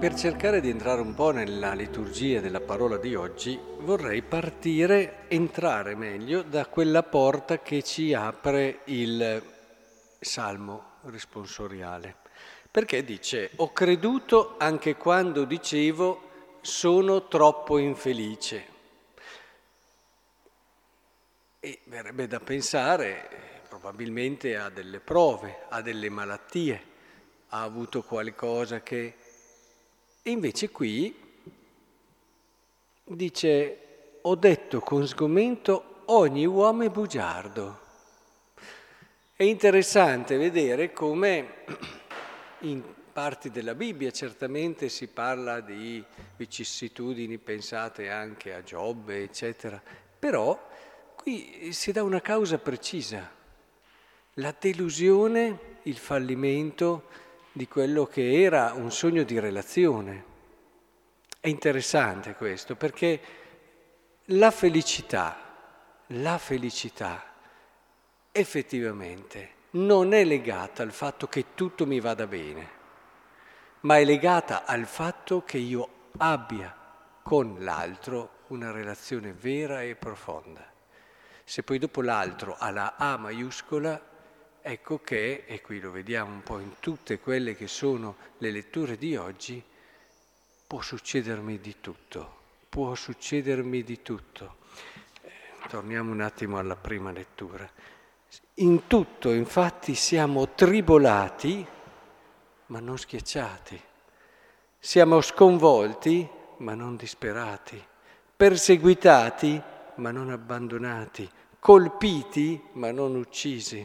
Per cercare di entrare un po' nella liturgia della parola di oggi, vorrei entrare meglio da quella porta che ci apre il Salmo responsoriale. Perché dice: ho creduto anche quando dicevo sono troppo infelice. E verrebbe da pensare, probabilmente ha delle prove, ha delle malattie, ha avuto qualcosa che... E invece qui dice: ho detto con sgomento ogni uomo è bugiardo. È interessante vedere come in parti della Bibbia certamente si parla di vicissitudini pensate anche a Giobbe, eccetera, però qui si dà una causa precisa, la delusione, il fallimento di quello che era un sogno di relazione. È interessante questo perché la felicità effettivamente non è legata al fatto che tutto mi vada bene, ma è legata al fatto che io abbia con l'altro una relazione vera e profonda. Se poi dopo l'altro ha la A maiuscola, ecco che, e qui lo vediamo un po' in tutte quelle che sono le letture di oggi, può succedermi di tutto, può succedermi di tutto. Torniamo un attimo alla prima lettura. In tutto, infatti, siamo tribolati, ma non schiacciati. Siamo sconvolti, ma non disperati. Perseguitati, ma non abbandonati. Colpiti, ma non uccisi.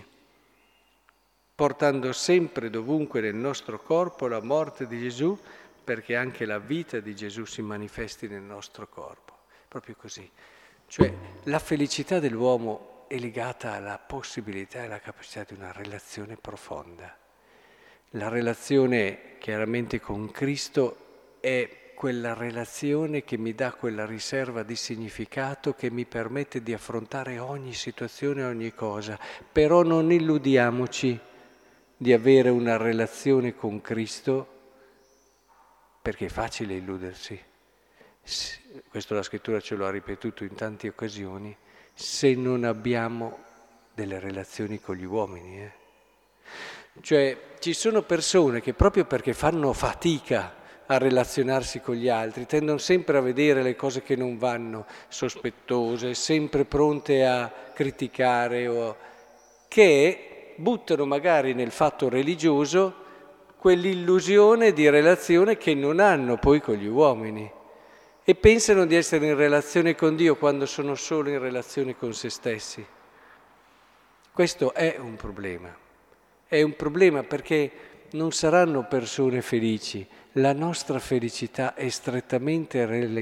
Portando sempre dovunque nel nostro corpo la morte di Gesù, perché anche la vita di Gesù si manifesti nel nostro corpo. Proprio così. Cioè la felicità dell'uomo è legata alla possibilità e alla capacità di una relazione profonda. La relazione chiaramente con Cristo è quella relazione che mi dà quella riserva di significato che mi permette di affrontare ogni situazione, ogni cosa. Però non illudiamoci di avere una relazione con Cristo, perché è facile illudersi. Questo la scrittura ce lo ha ripetuto in tante occasioni, se non abbiamo delle relazioni con gli uomini. Cioè ci sono persone che proprio perché fanno fatica a relazionarsi con gli altri, tendono sempre a vedere le cose che non vanno, sospettose, sempre pronte a criticare, che buttano magari nel fatto religioso quell'illusione di relazione che non hanno poi con gli uomini e pensano di essere in relazione con Dio quando sono solo in relazione con se stessi. Questo è un problema perché non saranno persone felici. La nostra felicità è strettamente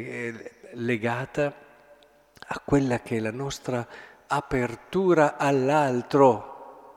legata a quella che è la nostra apertura all'altro,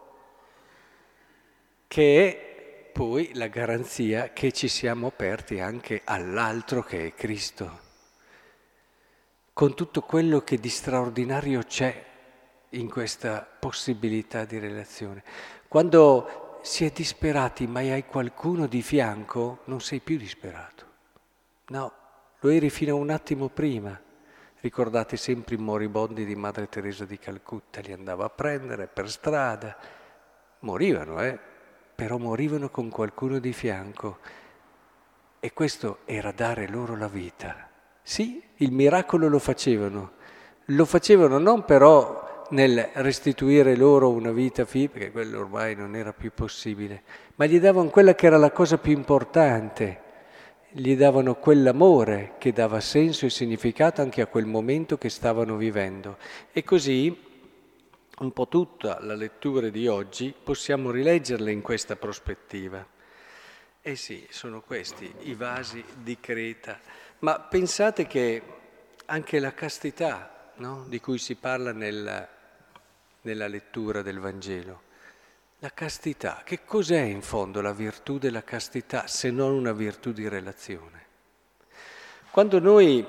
che è poi la garanzia che ci siamo aperti anche all'altro che è Cristo, con tutto quello che di straordinario c'è in questa possibilità di relazione. Quando si è disperati ma hai qualcuno di fianco, non sei più disperato. No, lo eri fino a un attimo prima. Ricordate sempre i moribondi di Madre Teresa di Calcutta, li andava a prendere per strada, morivano, però morivano con qualcuno di fianco. E questo era dare loro la vita. Sì, il miracolo lo facevano non però nel restituire loro una vita perché quello ormai non era più possibile, ma gli davano quella che era la cosa più importante, gli davano quell'amore che dava senso e significato anche a quel momento che stavano vivendo. E così un po' tutta la lettura di oggi possiamo rileggerla in questa prospettiva. Eh sì, sono questi i vasi di Creta. Ma pensate che anche la castità, no? Di cui si parla nella lettura del Vangelo, la castità, che cos'è in fondo la virtù della castità se non una virtù di relazione? Quando noi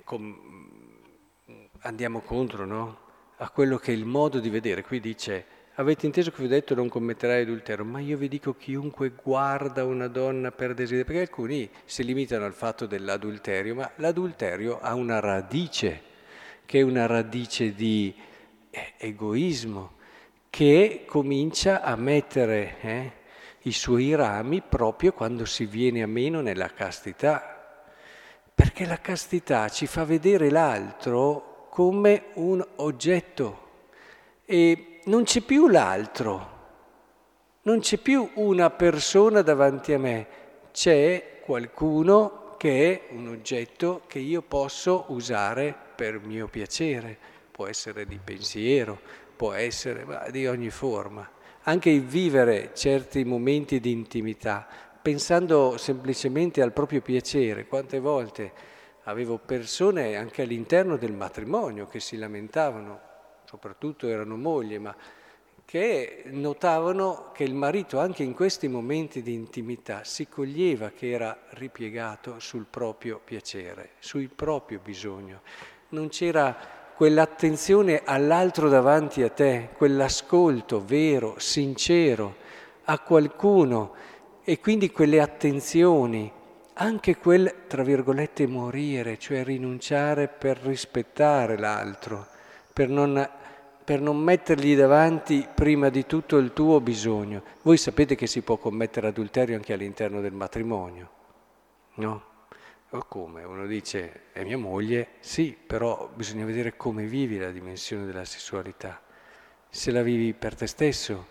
andiamo contro, no? A quello che è il modo di vedere, qui dice avete inteso che vi ho detto non commetterai adulterio, ma io vi dico chiunque guarda una donna per desiderio, perché alcuni si limitano al fatto dell'adulterio, ma l'adulterio ha una radice, che è una radice di egoismo, che comincia a mettere i suoi rami proprio quando si viene a meno nella castità, perché la castità ci fa vedere l'altro come un oggetto e non c'è più l'altro, non c'è più una persona davanti a me, c'è qualcuno che è un oggetto che io posso usare per mio piacere, può essere di pensiero, può essere di ogni forma. Anche il vivere certi momenti di intimità, pensando semplicemente al proprio piacere. Quante volte avevo persone anche all'interno del matrimonio che si lamentavano, soprattutto erano mogli, ma che notavano che il marito anche in questi momenti di intimità si coglieva che era ripiegato sul proprio piacere, sul proprio bisogno. Non c'era quell'attenzione all'altro davanti a te, quell'ascolto vero, sincero a qualcuno e quindi quelle attenzioni, anche quel, tra virgolette, morire, cioè rinunciare per rispettare l'altro, per non mettergli davanti prima di tutto il tuo bisogno. Voi sapete che si può commettere adulterio anche all'interno del matrimonio, no? O come? Uno dice, è mia moglie, sì, però bisogna vedere come vivi la dimensione della sessualità. Se la vivi per te stesso,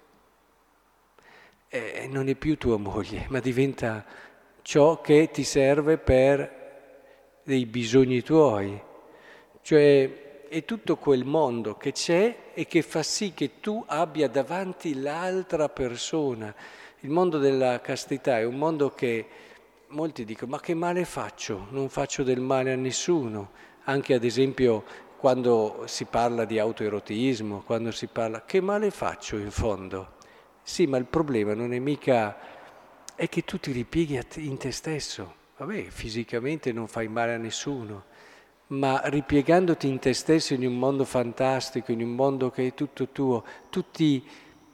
non è più tua moglie, ma diventa ciò che ti serve per dei bisogni tuoi. Cioè è tutto quel mondo che c'è e che fa sì che tu abbia davanti l'altra persona. Il mondo della castità è un mondo che molti dicono, ma che male faccio? Non faccio del male a nessuno. Anche ad esempio quando si parla di autoerotismo, quando si parla, che male faccio in fondo? Sì, ma il problema non è mica, è che tu ti ripieghi in te stesso. Vabbè, fisicamente non fai male a nessuno, ma ripiegandoti in te stesso in un mondo fantastico, in un mondo che è tutto tuo, tu ti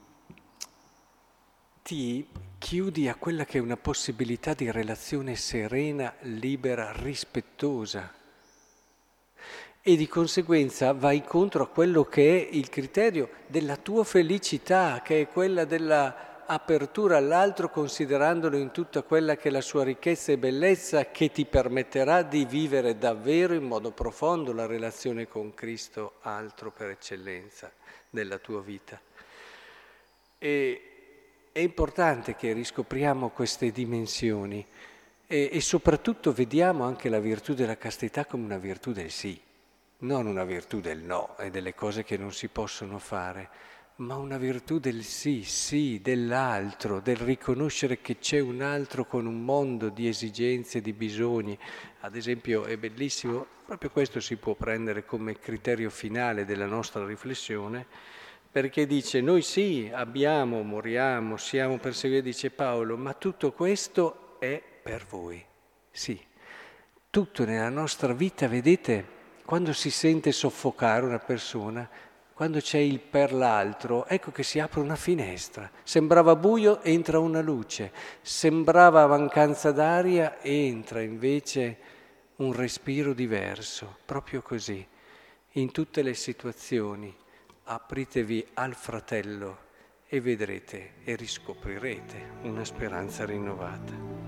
chiudi a quella che è una possibilità di relazione serena, libera, rispettosa. E di conseguenza vai contro a quello che è il criterio della tua felicità, che è quella dell'apertura all'altro considerandolo in tutta quella che è la sua ricchezza e bellezza che ti permetterà di vivere davvero in modo profondo la relazione con Cristo, altro per eccellenza della tua vita. E è importante che riscopriamo queste dimensioni e soprattutto vediamo anche la virtù della castità come una virtù del sì. Non una virtù del no e delle cose che non si possono fare, ma una virtù del sì, sì, dell'altro, del riconoscere che c'è un altro con un mondo di esigenze, di bisogni. Ad esempio è bellissimo, proprio questo si può prendere come criterio finale della nostra riflessione, perché dice noi sì, abbiamo, moriamo, siamo perseguiti, dice Paolo, ma tutto questo è per voi. Sì, tutto nella nostra vita, vedete, quando si sente soffocare una persona, quando c'è il per l'altro, ecco che si apre una finestra. Sembrava buio, entra una luce. Sembrava mancanza d'aria, entra invece un respiro diverso. Proprio così. In tutte le situazioni apritevi al fratello e vedrete e riscoprirete una speranza rinnovata.